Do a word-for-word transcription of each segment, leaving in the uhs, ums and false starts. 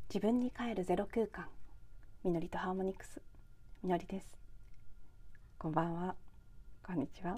自分に帰るゼロ空間、みのりとハーモニクス、みのりです。こんばんは、こんにちは。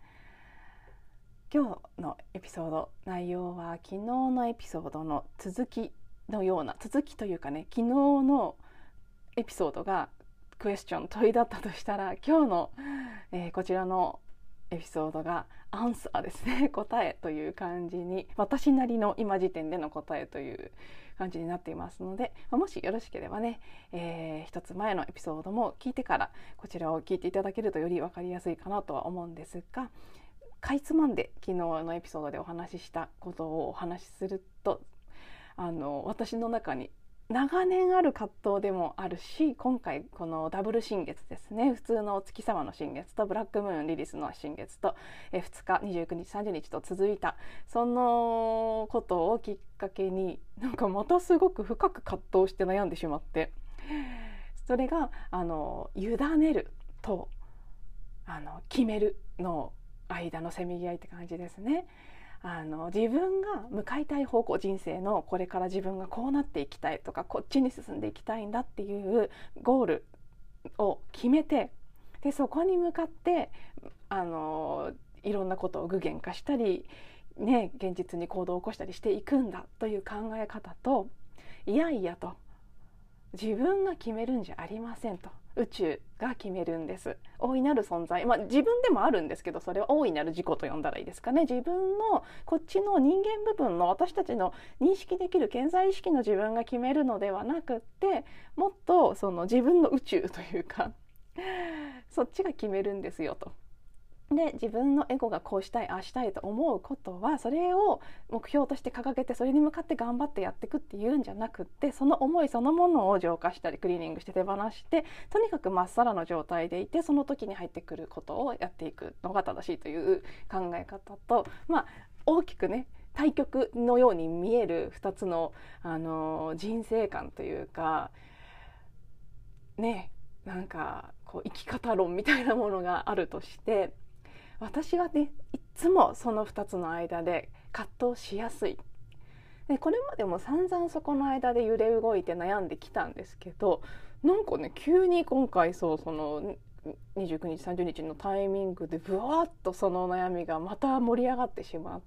今日のエピソード、内容は昨日のエピソードの続きのような、続きというかね、昨日のエピソードがクエスチョン、問いだったとしたら、今日の、えー、こちらのエピソードがアンサーですね。答えという感じに、私なりの今時点での答えという感じになっていますので、もしよろしければね、えー、一つ前のエピソードも聞いてからこちらを聞いていただけるとより分かりやすいかなとは思うんですが、かいつまんで昨日のエピソードでお話ししたことをお話しすると、あの私の中に長年ある葛藤でもあるし、今回このダブル新月ですね、普通のお月様の新月とブラックムーンリリスの新月とえふつかにじゅうくにちさんじゅうにちと続いた、そのことをきっかけになんかまたすごく深く葛藤して悩んでしまって、それがあの委ねるとあの決めるの間のせめぎ合いって感じですね。あの自分が向かいたい方向、人生のこれから自分がこうなっていきたいとか、こっちに進んでいきたいんだっていうゴールを決めて、でそこに向かってあのいろんなことを具現化したり、ね、現実に行動を起こしたりしていくんだという考え方と、いやいやと、自分が決めるんじゃありませんと、宇宙が決めるんです。大いなる存在、まあ自分でもあるんですけど、それは大いなる自己と呼んだらいいですかね。自分のこっちの人間部分の私たちの認識できる顕在意識の自分が決めるのではなくって、もっとその自分の宇宙というかそっちが決めるんですよと。で自分のエゴがこうしたい、ああしたいと思うことは、それを目標として掲げて、それに向かって頑張ってやっていくっていうんじゃなくって、その思いそのものを浄化したりクリーニングして手放して、とにかくまっさらの状態でいて、その時に入ってくることをやっていくのが正しいという考え方と、まあ大きくね対極のように見えるふたつの、あの人生観というかね、なんかこう生き方論みたいなものがあるとして、私はねいつもそのふたつの間で葛藤しやすい。でこれまでも散々そこの間で揺れ動いて悩んできたんですけど、なんかね急に今回そうそのにじゅうくにちさんじゅうにちのタイミングでブワーッとその悩みがまた盛り上がってしまって、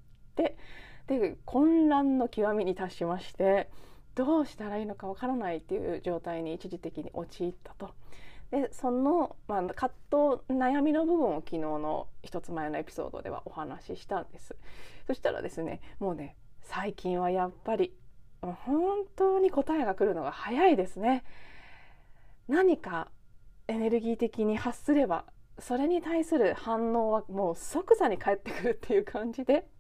で混乱の極みに達しまして、どうしたらいいのかわからないっていう状態に一時的に陥ったと。でその、まあ、葛藤悩みの部分を昨日の一つ前のエピソードではお話ししたんです。そしたらですね、もうね最近はやっぱり本当に答えが来るのが早いですね。何かエネルギー的に発すれば、それに対する反応はもう即座に返ってくるっていう感じで、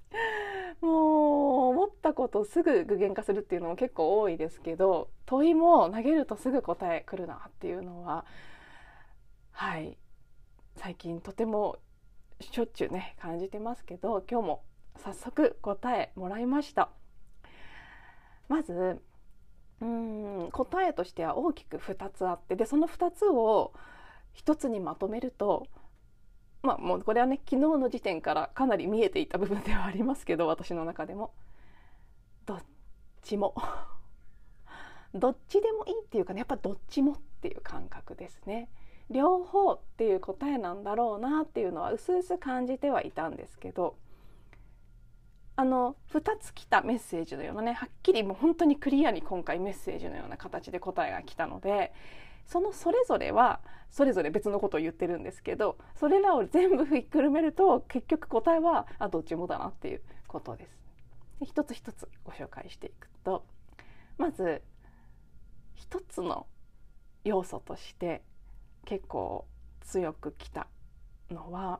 もう思ったことをすぐ具現化するっていうのも結構多いですけど、問いも投げるとすぐ答え来るなっていうのは、はい最近とてもしょっちゅうね感じてますけど、今日も早速答えもらいました。まずうーん答えとしては大きくふたつあって、でそのふたつをひとつにまとめると、まあもうこれはね昨日の時点からかなり見えていた部分ではありますけど、私の中でもどっちもどっちでもいいっていうかね、やっぱどっちもっていう感覚ですね。両方っていう答えなんだろうなっていうのはうすうす感じてはいたんですけど、あのふたつ来たメッセージのようなね、はっきりもう本当にクリアに今回メッセージのような形で答えが来たので、そのそれぞれはそれぞれ別のことを言ってるんですけど、それらを全部ひっくるめると結局答えはあどっちもだなっていうことです。で一つ一つご紹介していくと、まず一つの要素として結構強くきたのは、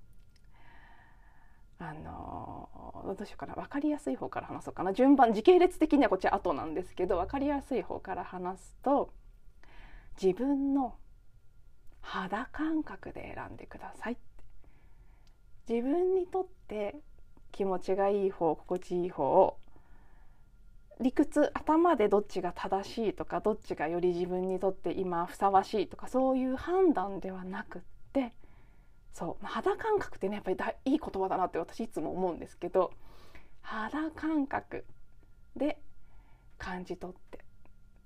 あのどうしようかな、分かりやすい方から話そうかな。順番時系列的にはこっち後なんですけど、分かりやすい方から話すと、自分の肌感覚で選んでくださいって。自分にとって気持ちがいい方、心地いい方を、理屈頭でどっちが正しいとか、どっちがより自分にとって今ふさわしいとか、そういう判断ではなくって、そう肌感覚ってねやっぱりだいい言葉だなって私いつも思うんですけど、肌感覚で感じ取って、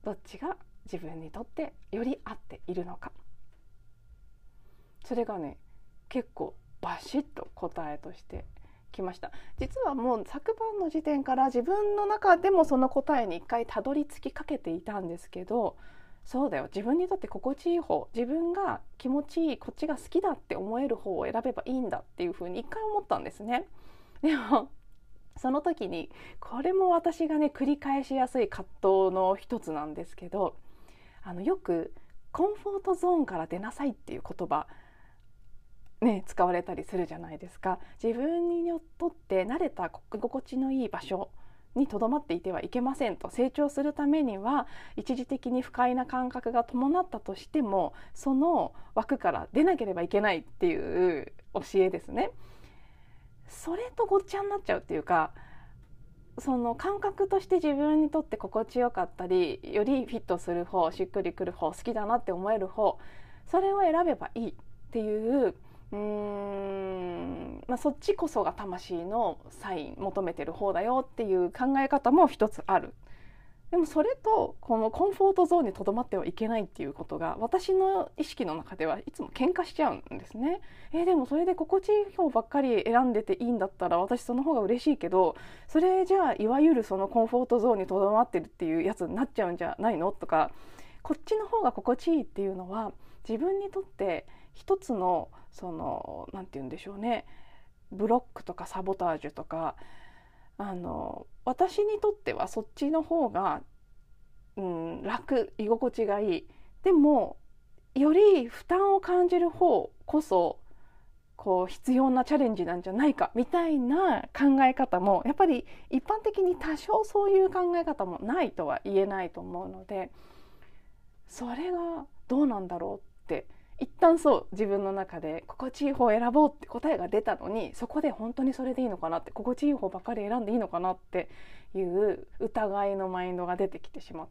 どっちが自分にとってより合っているのか、それがね結構バシッと答えとしてきました。実はもう昨晩の時点から自分の中でもその答えに一回たどり着きかけていたんですけど、そうだよ、自分にとって心地いい方、自分が気持ちいい、こっちが好きだって思える方を選べばいいんだっていうふうに一回思ったんですね。でもその時にこれも私がね繰り返しやすい葛藤の一つなんですけど、あのよくコンフォートゾーンから出なさいっていう言葉ね使われたりするじゃないですか。自分にとって慣れた居心地のいい場所にとどまっていてはいけませんと。成長するためには一時的に不快な感覚が伴ったとしてもその枠から出なければいけないっていう教えですね。それとごっちゃになっちゃうっていうか、その感覚として自分にとって心地よかったりよりフィットする方、しっくりくる方、好きだなって思える方、それを選べばいいっていううーん、まあ、そっちこそが魂のサイン求めてる方だよっていう考え方も一つある。でもそれとこのコンフォートゾーンにとどまってはいけないっていうことが私の意識の中ではいつも喧嘩しちゃうんですね。えー、でもそれで心地いい方ばっかり選んでていいんだったら私その方が嬉しいけど、それじゃあいわゆるそのコンフォートゾーンにとどまってるっていうやつになっちゃうんじゃないのとか、こっちの方が心地いいっていうのは自分にとって一つのそのなんて言うんでしょうね、ブロックとかサボタージュとか、あの私にとってはそっちの方が、うん、楽、居心地がいい。でもより負担を感じる方こそこう必要なチャレンジなんじゃないかみたいな考え方もやっぱり一般的に多少そういう考え方もないとは言えないと思うので、それがどうなんだろうって一旦そう自分の中で心地いい方を選ぼうって答えが出たのに、そこで本当にそれでいいのかなって、心地いい方ばっかり選んでいいのかなっていう疑いのマインドが出てきてしまって、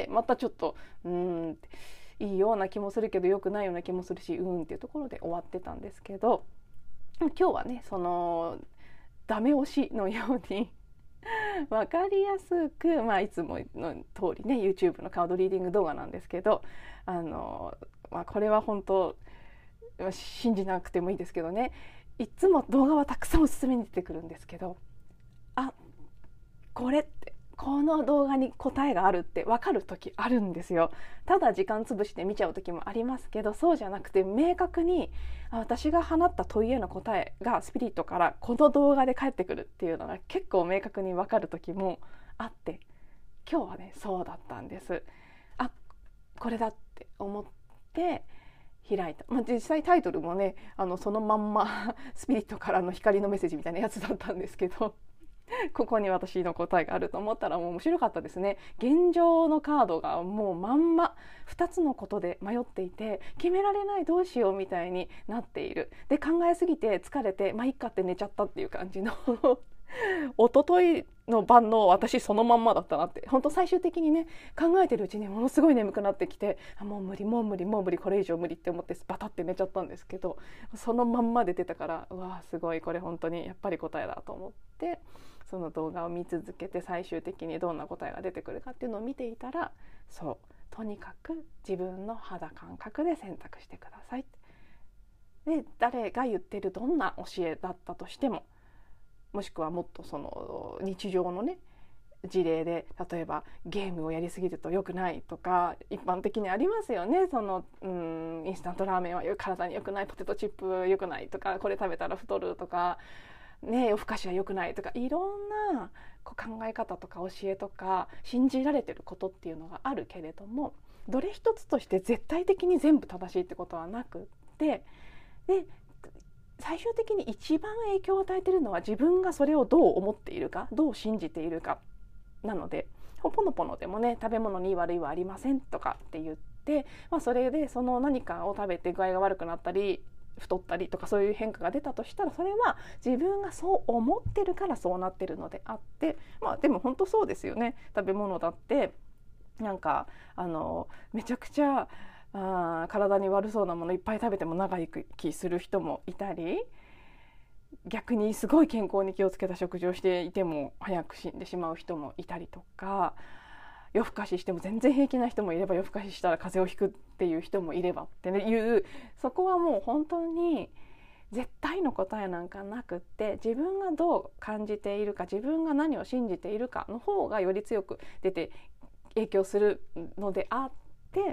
またちょっとうーんいいような気もするけど良くないような気もするし、うーんっていうところで終わってたんですけど、今日はねそのダメ押しのように分かりやすく、まあ、いつもの通りね YouTube のカードリーディング動画なんですけど、あのまあ、これは本当信じなくてもいいですけどね、いつも動画はたくさんおすすめに出てくるんですけど、あ、これってこの動画に答えがあるって分かる時あるんですよ。ただ時間潰して見ちゃう時もありますけど、そうじゃなくて明確に私が放った問いへの答えがスピリットからこの動画で返ってくるっていうのが結構明確に分かる時もあって、今日はねそうだったんです。あ、これだって思って開いた、まあ、実際タイトルもねあのそのまんまスピリットからの光のメッセージみたいなやつだったんですけどここに私の答えがあると思ったらもう面白かったですね。現状のカードがもうまんまふたつのことで迷っていて決められない、どうしようみたいになっている。で考えすぎて疲れてまあいっかって寝ちゃったっていう感じの一昨日の晩の私そのまんまだったなって、本当最終的にね考えてるうちにものすごい眠くなってきて、あもう無理もう無理もう無理これ以上無理って思ってバタって寝ちゃったんですけど、そのまんまで出たから、うわすごいこれ本当にやっぱり答えだと思ってその動画を見続けて最終的にどんな答えが出てくるかっていうのを見ていたら、そうとにかく自分の肌感覚で選択してください。で誰が言ってるどんな教えだったとしても、もしくはもっとその日常のね事例で、例えばゲームをやりすぎると良くないとか一般的にありますよね。そのうんインスタントラーメンは体に良くない、ポテトチップ良くないとか、これ食べたら太るとかね、夜更かしは良くないとか、いろんなこう考え方とか教えとか信じられてることっていうのがあるけれども、どれ一つとして絶対的に全部正しいってことはなくって、で最終的に一番影響を与えているのは自分がそれをどう思っているか、どう信じているかなので、ほぽのぽのでもね食べ物にいい悪いはありませんとかって言って、まあ、それでその何かを食べて具合が悪くなったり太ったりとかそういう変化が出たとしたら、それは自分がそう思ってるからそうなってるのであって、まあでも本当そうですよね。食べ物だってなんかあのめちゃくちゃあ体に悪そうなものいっぱい食べても長生きする人もいたり、逆にすごい健康に気をつけた食事をしていても早く死んでしまう人もいたりとか、 夜更かししても全然平気な人もいれば、夜更かししたら風邪をひくっていう人もいればっていう、そこはもう本当に絶対の答えなんかなくって、自分がどう感じているか、自分が何を信じているかの方がより強く出て影響するのであって、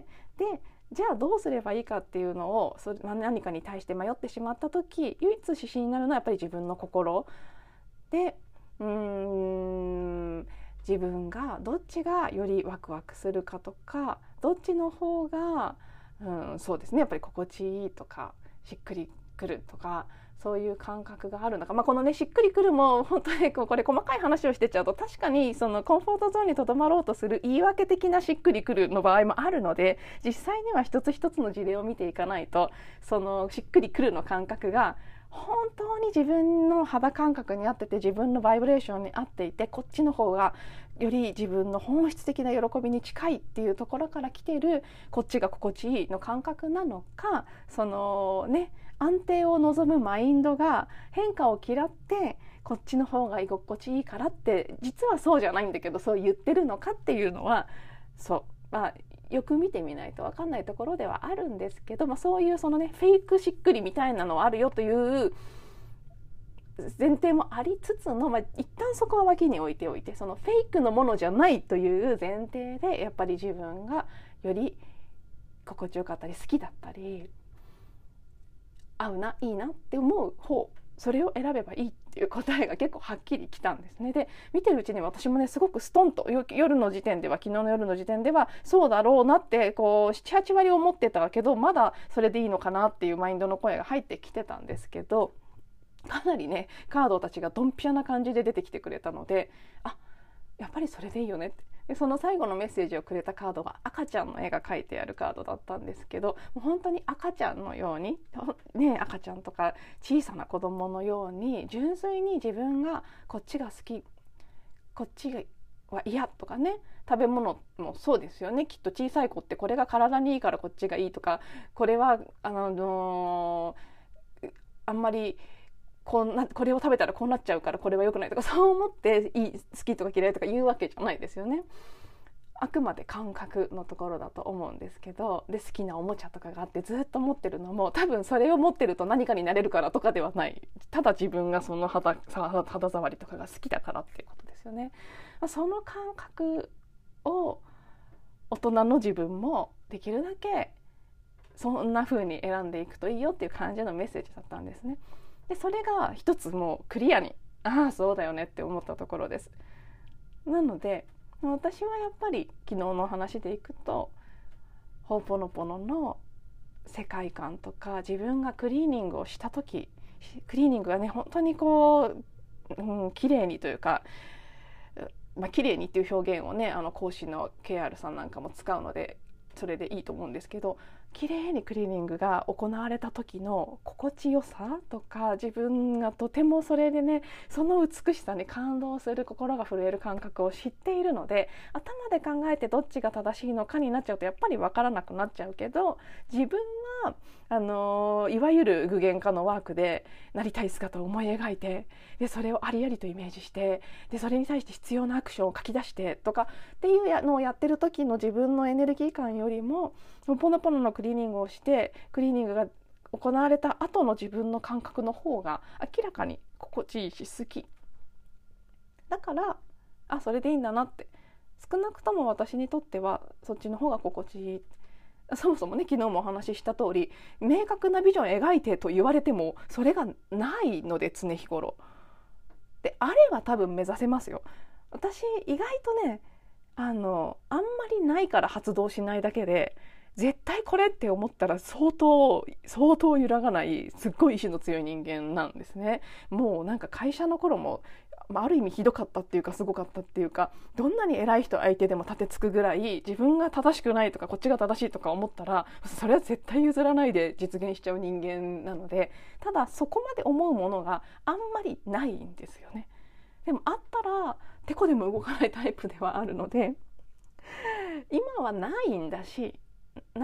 でじゃあどうすればいいかっていうのを、それ何かに対して迷ってしまった時、唯一指針になるのはやっぱり自分の心で、うーん自分がどっちがよりワクワクするかとか、どっちの方が、うん、そうですね、やっぱり心地いいとかしっくりくるとか、そういう感覚があるのか、まあ、このねしっくりくるも本当にこれ細かい話をしてっちゃうと、確かにそのコンフォートゾーンにとどまろうとする言い訳的なしっくりくるの場合もあるので、実際には一つ一つの事例を見ていかないと、そのしっくりくるの感覚が本当に自分の肌感覚に合ってて、自分のバイブレーションに合っていて、こっちの方がより自分の本質的な喜びに近いっていうところから来てる、こっちが心地いいの感覚なのか、そのね安定を望むマインドが変化を嫌ってこっちの方が居心地いいからって実はそうじゃないんだけどそう言ってるのかっていうのは、そう、まあ、よく見てみないと分かんないところではあるんですけど、まあ、そういうそのねフェイクしっくりみたいなのはあるよという前提もありつつの、まあ、一旦そこは脇に置いておいて、そのフェイクのものじゃないという前提で、やっぱり自分がより心地よかったり好きだったり合うな、いいなって思う方、それを選べばいいっていう答えが結構はっきりきたんですね。で見てるうちに私もねすごくストンと夜の時点では、昨日の夜の時点ではそうだろうなってこう ななはち割思ってたけど、まだそれでいいのかなっていうマインドの声が入ってきてたんですけど、かなりねカードたちがドンピシャな感じで出てきてくれたので、あ、やっぱりそれでいいよねって。でその最後のメッセージをくれたカードが赤ちゃんの絵が描いてあるカードだったんですけど、もう本当に赤ちゃんのように、ね、赤ちゃんとか小さな子供のように純粋に自分がこっちが好き、こっちは嫌とかね、食べ物もそうですよね。きっと小さい子ってこれが体にいいからこっちがいいとか、これはあのー、あんまりこんなこれを食べたらこうなっちゃうからこれは良くないとか、そう思っていい好きとか嫌いとか言うわけじゃないですよね。あくまで感覚のところだと思うんですけど、で好きなおもちゃとかがあってずっと持ってるのも多分それを持ってると何かになれるからとかではない、ただ自分がその 肌, 肌触りとかが好きだからっていうことですよね。その感覚を大人の自分もできるだけそんな風に選んでいくといいよっていう感じのメッセージだったんですね。でそれが一つもうクリアに、ああそうだよねって思ったところです。なので私はやっぱり昨日の話でいくと、ホーポノポノの世界観とか、自分がクリーニングをした時、クリーニングがね本当にこう、うん、綺麗にというか、まあ綺麗にっていう表現をねあの講師の ケーアール さんなんかも使うのでそれでいいと思うんですけど、綺麗にクリーニングが行われた時の心地よさとか、自分がとてもそれでねその美しさに感動する、心が震える感覚を知っているので、頭で考えてどっちが正しいのかになっちゃうとやっぱり分からなくなっちゃうけど、自分はあのいわゆる具現化のワークでなりたい姿を思い描いて、でそれをありありとイメージして、でそれに対して必要なアクションを書き出してとかっていうのをやってる時の自分のエネルギー感よりも、ポノポノのクリーニングをしてクリーニングが行われた後の自分の感覚の方が明らかに心地いいし好きだから、あそれでいいんだなって、少なくとも私にとってはそっちの方が心地いい。そもそもね昨日もお話しした通り、明確なビジョン描いてと言われてもそれがないので、常日頃であれば多分目指せますよ。私意外とねあのあんまりないから発動しないだけで、絶対これって思ったら相当相当揺らがないすっごい意志の強い人間なんですね。もうなんか会社の頃も、まあ、ある意味ひどかったっていうかすごかったっていうか、どんなに偉い人相手でも立てつくぐらい自分が正しくないとかこっちが正しいとか思ったらそれは絶対譲らないで実現しちゃう人間なので、ただそこまで思うものがあんまりないんですよね。でもあったらてこでも動かないタイプではあるので、今はないんだし、ない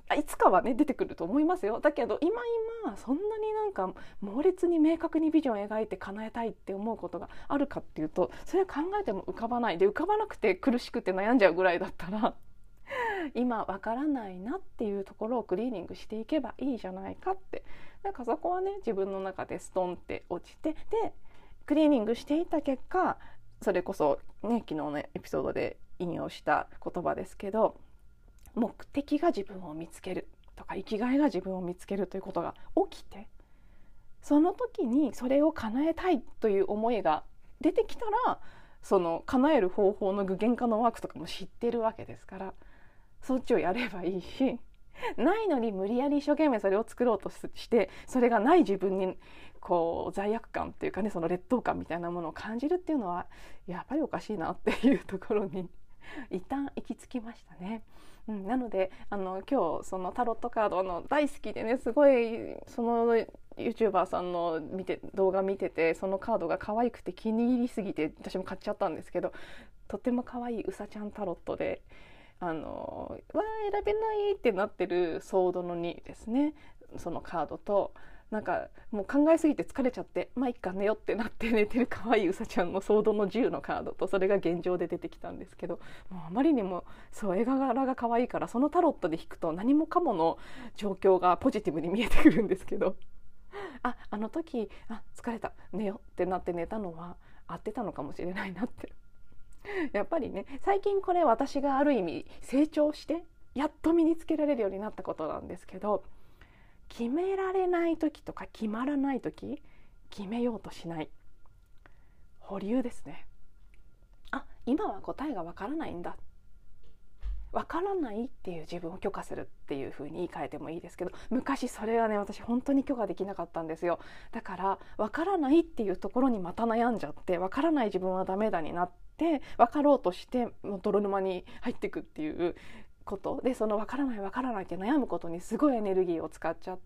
いつかはね出てくると思いますよ。だけど今今そんなになんか猛烈に明確にビジョンを描いて叶えたいって思うことがあるかっていうと、それは考えても浮かばないで、浮かばなくて苦しくて悩んじゃうぐらいだったら今わからないなっていうところをクリーニングしていけばいいじゃないかって、なんかそこはね自分の中でストンって落ちて、でクリーニングしていった結果、それこそね昨日のエピソードで引用した言葉ですけど、目的が自分を見つけるとか生きがいが自分を見つけるということが起きて、その時にそれを叶えたいという思いが出てきたら、その叶える方法の具現化のワークとかも知ってるわけですから、そっちをやればいいし、ないのに無理やり一生懸命それを作ろうとして、それがない自分にこう罪悪感っていうかね、その劣等感みたいなものを感じるっていうのはやっぱりおかしいなっていうところに一旦行き着きましたね。うん、なのであの今日そのタロットカードの大好きでね、すごいその YouTuber さんの見て動画見てて、そのカードが可愛くて気に入りすぎて私も買っちゃったんですけど、とっても可愛いうさちゃんタロットで、あのわー選べないってなってるソードのにですね、そのカードと、なんかもう考えすぎて疲れちゃってまあいっか寝よってなって寝てる可愛いうさちゃんのソードのじゅうのカードと、それが現状で出てきたんですけど、もうあまりにもそう絵柄が可愛いから、そのタロットで引くと何もかもの状況がポジティブに見えてくるんですけど、ああの時あ疲れた寝よってなって寝たのは合ってたのかもしれないなってやっぱりね、最近これ私がある意味成長してやっと身につけられるようになったことなんですけど、決められない時とか決まらない時、決めようとしない、保留ですね。あ、今は答えがわからないんだ、わからないっていう自分を許可するっていう風に言い換えてもいいですけど、昔それはね私本当に許可できなかったんですよ。だからわからないっていうところにまた悩んじゃって、わからない自分はダメだになって、分かろうとしてもう泥沼に入っていくっていうことで、その分からない分からないって悩むことにすごいエネルギーを使っちゃって、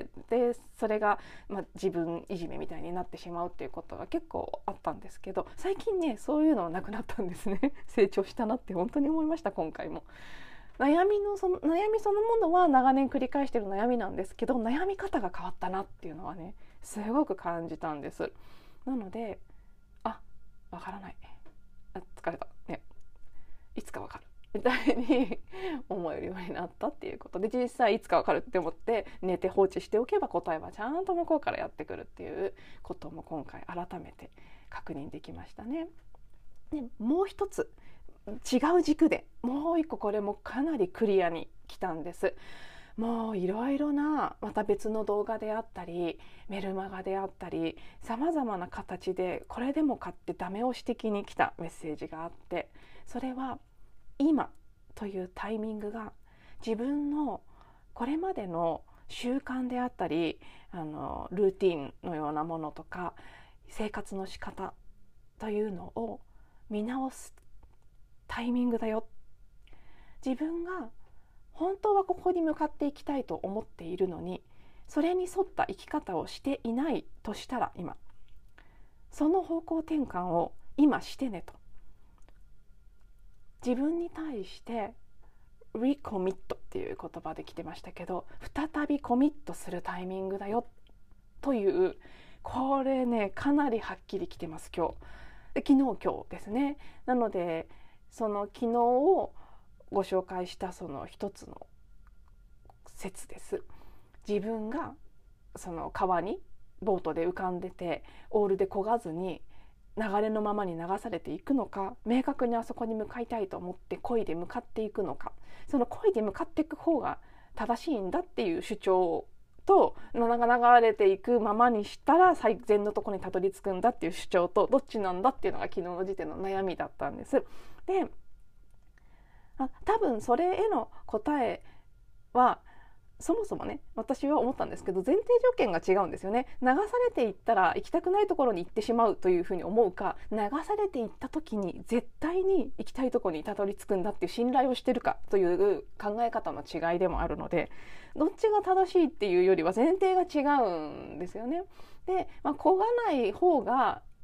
でそれが、まあ、自分いじめみたいになってしまうっていうことが結構あったんですけど、最近ねそういうのはなくなったんですね成長したなって本当に思いました。今回も悩みのその悩みそのものは長年繰り返している悩みなんですけど、悩み方が変わったなっていうのはねすごく感じたんです。なので、あ、分からない、あ、疲れた、ね、いつか分かるみたいに思えるようになったっていうことで、実際いつか分かるって思って寝て放置しておけば答えはちゃんと向こうからやってくるっていうことも今回改めて確認できましたね。でもう一つ違う軸でもう一個、これもかなりクリアに来たんです。もういろいろなまた別の動画であったりメルマガであったりさまざまな形でこれでもかってダメ押し的に来たメッセージがあって、それは今というタイミングが自分のこれまでの習慣であったり、あのルーティンのようなものとか生活の仕方というのを見直すタイミングだよ。自分が本当はここに向かっていきたいと思っているのに、それに沿った生き方をしていないとしたら、今その方向転換を今してねと、自分に対してリコミットっていう言葉で来てましたけど、再びコミットするタイミングだよという、これねかなりはっきり来てます今日で、昨日今日ですね。なのでその昨日をご紹介したその一つの説です。自分がその川にボートで浮かんでてオールで漕がずに流れのままに流されていくのか、明確にあそこに向かいたいと思って漕いで向かっていくのか、その漕いで向かっていく方が正しいんだっていう主張と、流れていくままにしたら最善のところにたどり着くんだっていう主張と、どっちなんだっていうのが昨日の時点の悩みだったんです。で、あ、多分それへの答えはそもそもね、私は思ったんですけど、前提条件が違うんですよね。流されていったら行きたくないところに行ってしまうというふうに思うか、流されていった時に絶対に行きたいところにたどり着くんだっていう信頼をしてるかという考え方の違いでもあるので、どっちが正しいっていうよりは前提が違うんですよね。で、まあ、漕がない方が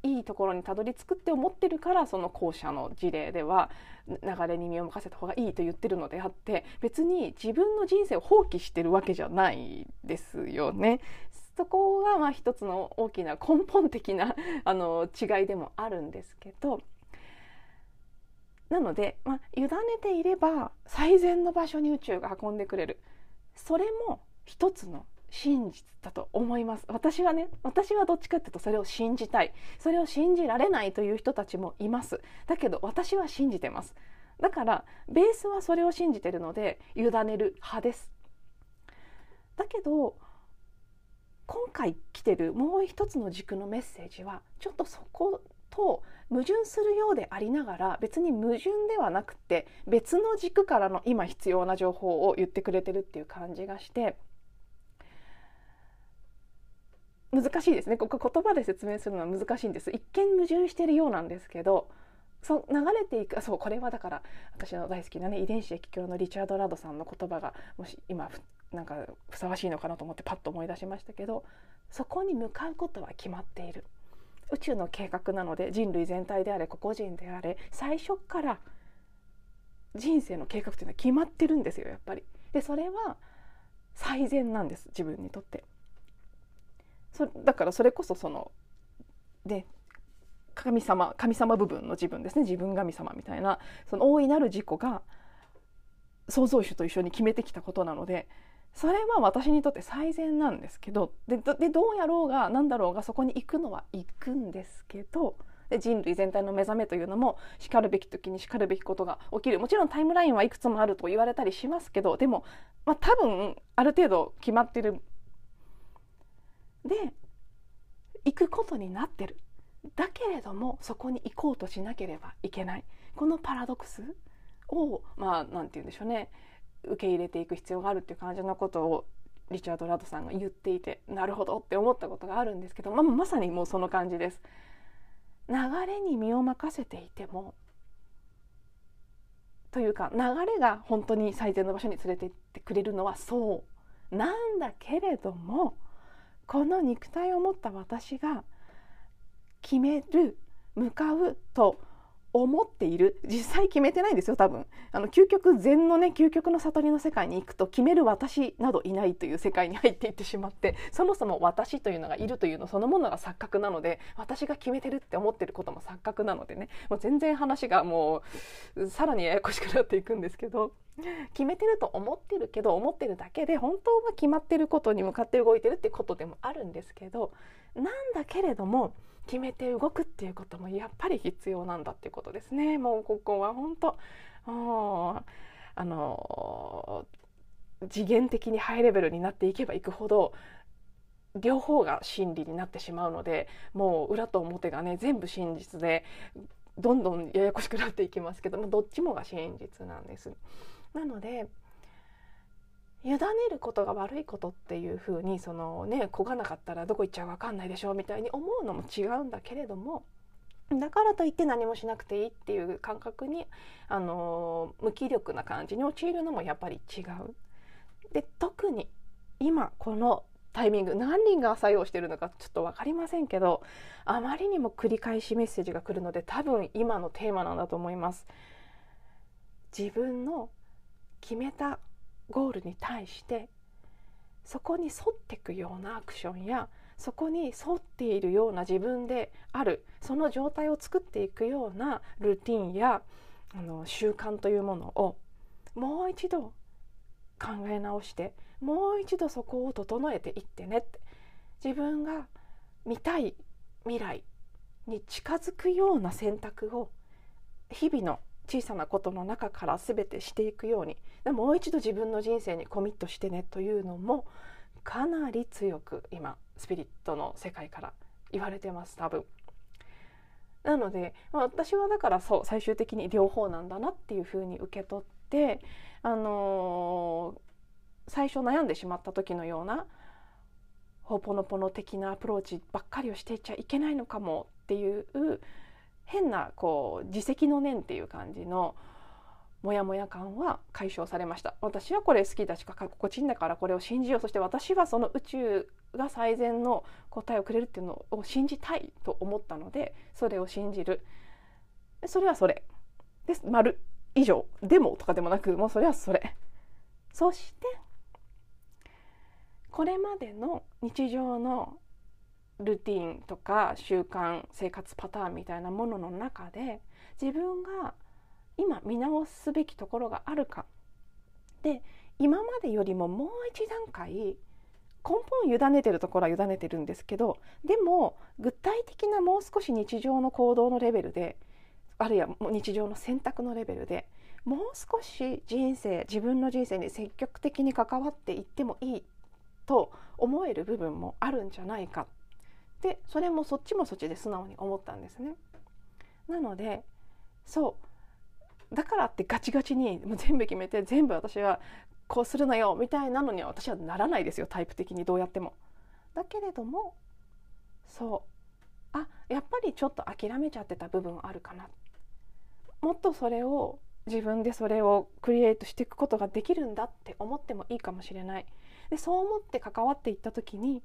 いいところにたどり着くって思ってるから、その後者の事例では流れに身を任せた方がいいと言ってるのであって、別に自分の人生を放棄してるわけじゃないですよね。そこがまあ一つの大きな根本的なあの違いでもあるんですけど、なので、まあ、委ねていれば最善の場所に宇宙が運んでくれる、それも一つの真実だと思います。私はね、私はどっちかっていうとそれを信じたい、それを信じられないという人たちもいます。だけど私は信じてます。だからベースはそれを信じてるので委ねる派です。だけど今回来てるもう一つの軸のメッセージはちょっとそこと矛盾するようでありながら、別に矛盾ではなくて別の軸からの今必要な情報を言ってくれてるっていう感じがして、難しいですね。ここ言葉で説明するのは難しいんです。一見矛盾しているようなんですけど、そう流れていく、そうこれはだから私の大好きなね遺伝子液鏡のリチャード・ラドさんの言葉がもし今なんかふさわしいのかなと思ってパッと思い出しましたけど、そこに向かうことは決まっている。宇宙の計画なので、人類全体であれ個々人であれ最初から人生の計画というのは決まってるんですよ、やっぱり。でそれは最善なんです、自分にとって。そだからそれこそそので神様神様部分の自分ですね、自分神様みたいなその大いなる自己が創造主と一緒に決めてきたことなので、それは私にとって最善なんですけど、で ど, でどうやろうが何だろうがそこに行くのは行くんですけど、で人類全体の目覚めというのもしかるべき時にしかるべきことが起きる。もちろんタイムラインはいくつもあると言われたりしますけど、でも、まあ、多分ある程度決まってる。で行くことになってる。だけれどもそこに行こうとしなければいけない、このパラドクスをまあなんて言うんでしょうね、受け入れていく必要があるっていう感じのことをリチャード・ラドさんが言っていて、なるほどって思ったことがあるんですけど、まあ、まさにもうその感じです。流れに身を任せていてもというか、流れが本当に最善の場所に連れて行ってくれるのはそうなんだけれども、この肉体を持った私が決める、向かうと思っている、実際決めてないんですよ多分。あの究極禅のね、究極の悟りの世界に行くと決める私などいないという世界に入っていってしまって、そもそも私というのがいるというのそのものが錯覚なので、私が決めてるって思ってることも錯覚なのでね、もう全然話がもうさらにややこしくなっていくんですけど、決めてると思ってるけど、思ってるだけで本当は決まってることに向かって動いてるってことでもあるんですけど、なんだけれども決めて動くっていうこともやっぱり必要なんだっていうことですね。もうここは本当あの次元的にハイレベルになっていけばいくほど両方が真理になってしまうので、もう裏と表がね全部真実でどんどんややこしくなっていきますけども、どっちもが真実なんです。なので委ねることが悪いことっていう風に、そのね漕がなかったらどこ行っちゃうか分かんないでしょみたいに思うのも違うんだけれども、だからといって何もしなくていいっていう感覚に、あの無気力な感じに陥るのもやっぱり違う。で特に今このタイミング、何人が作用しているのかちょっと分かりませんけど、あまりにも繰り返しメッセージが来るので、多分今のテーマなんだと思います。自分の決めたゴールに対してそこに沿っていくようなアクションや、そこに沿っているような自分である、その状態を作っていくようなルーティンやあの習慣というものをもう一度考え直して、もう一度そこを整えていってねって、自分が見たい未来に近づくような選択を日々の小さなことの中から全てしていくように、もう一度自分の人生にコミットしてねというのもかなり強く今スピリットの世界から言われてます、多分。なので、まあ、私はだからそう最終的に両方なんだなっていうふうに受け取って、あのー、最初悩んでしまった時のようなホーポノポノ的なアプローチばっかりをしていっちゃいけないのかもっていう変なこう自責の念っていう感じのモヤモヤ感は解消されました。私はこれ好きだし心地いいんだからこれを信じよう、そして私はその宇宙が最善の答えをくれるっていうのを信じたいと思ったので、それを信じる。それはそれです。丸以上でもとかでもなく、もうそれはそれ。そしてこれまでの日常のルーティーンとか習慣、生活パターンみたいなものの中で自分が今見直すべきところがあるかで、今までよりももう一段階根本委ねてるところは委ねてるんですけど、でも具体的なもう少し日常の行動のレベルで、あるいは日常の選択のレベルでもう少し人生自分の人生に積極的に関わっていってもいいと思える部分もあるんじゃないかで、それもそっちもそっちで素直に思ったんですね。なのでそうだからってガチガチにもう全部決めて全部私はこうするのよみたいなのには私はならないですよ、タイプ的にどうやっても。だけれどもそうあやっぱりちょっと諦めちゃってた部分あるかな、もっとそれを自分でそれをクリエイトしていくことができるんだって思ってもいいかもしれない。でそう思って関わっていった時に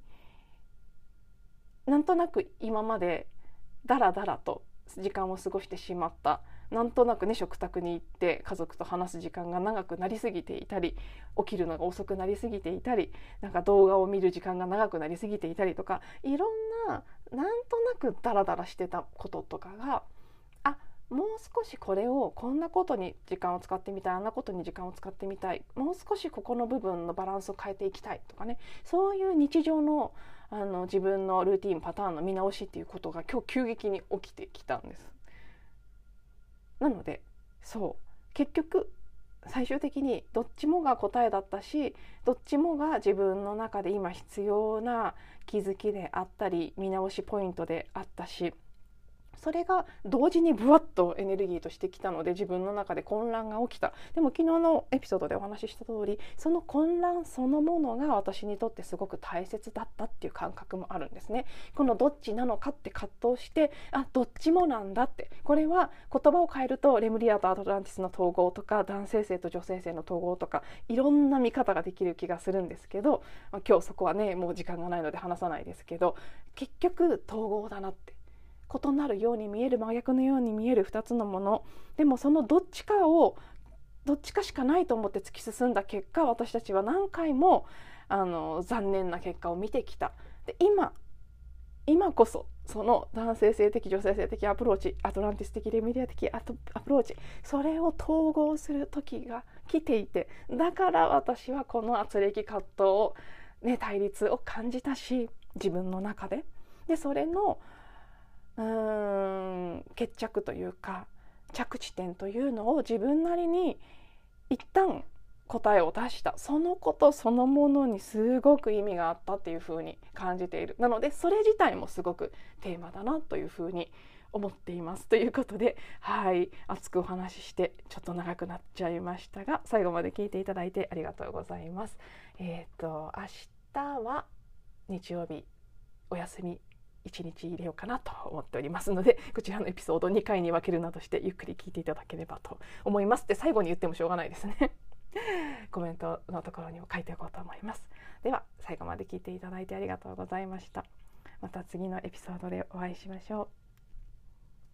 なんとなく今までダラダラと時間を過ごしてしまった、なんとなくね食卓に行って家族と話す時間が長くなりすぎていたり、起きるのが遅くなりすぎていたり、なんか動画を見る時間が長くなりすぎていたりとか、いろんななんとなくダラダラしてたこととかが、あもう少しこれをこんなことに時間を使ってみたい、あんなことに時間を使ってみたい、もう少しここの部分のバランスを変えていきたいとかね、そういう日常のあの自分のルーティンパターンの見直しっていうことが今日急激に起きてきたんです。なのでそう結局最終的にどっちもが答えだったし、どっちもが自分の中で今必要な気づきであったり見直しポイントであったし、それが同時にブワッとエネルギーとしてきたので自分の中で混乱が起きた。でも昨日のエピソードでお話しした通り、その混乱そのものが私にとってすごく大切だったっていう感覚もあるんですね。このどっちなのかって葛藤して、あどっちもなんだって、これは言葉を変えるとレムリアとアトランティスの統合とか男性性と女性性の統合とかいろんな見方ができる気がするんですけど、今日そこはねもう時間がないので話さないですけど、結局統合だなって、異なるように見える真逆のように見えるふたつのもの、でもそのどっちかをどっちかしかないと思って突き進んだ結果、私たちは何回もあの残念な結果を見てきた。で今今こそその男性性的女性性的アプローチ、アトランティス的レメディア的アプローチ、それを統合する時が来ていて、だから私はこの圧力葛藤を、ね、対立を感じたし、自分の中ででそれのうーん決着というか着地点というのを自分なりに一旦答えを出した、そのことそのものにすごく意味があったっていうふうに感じている。なのでそれ自体もすごくテーマだなというふうに思っています。ということで、はい熱くお話ししてちょっと長くなっちゃいましたが、最後まで聞いていただいてありがとうございます。えっと明日は日曜日お休みいちにち入れようかなと思っておりますので、こちらのエピソードにかいに分けるなどしてゆっくり聞いていただければと思います。で最後に言ってもしょうがないですねコメントのところにも書いておこうと思います。では最後まで聞いていただいてありがとうございました。また次のエピソードでお会いしましょう。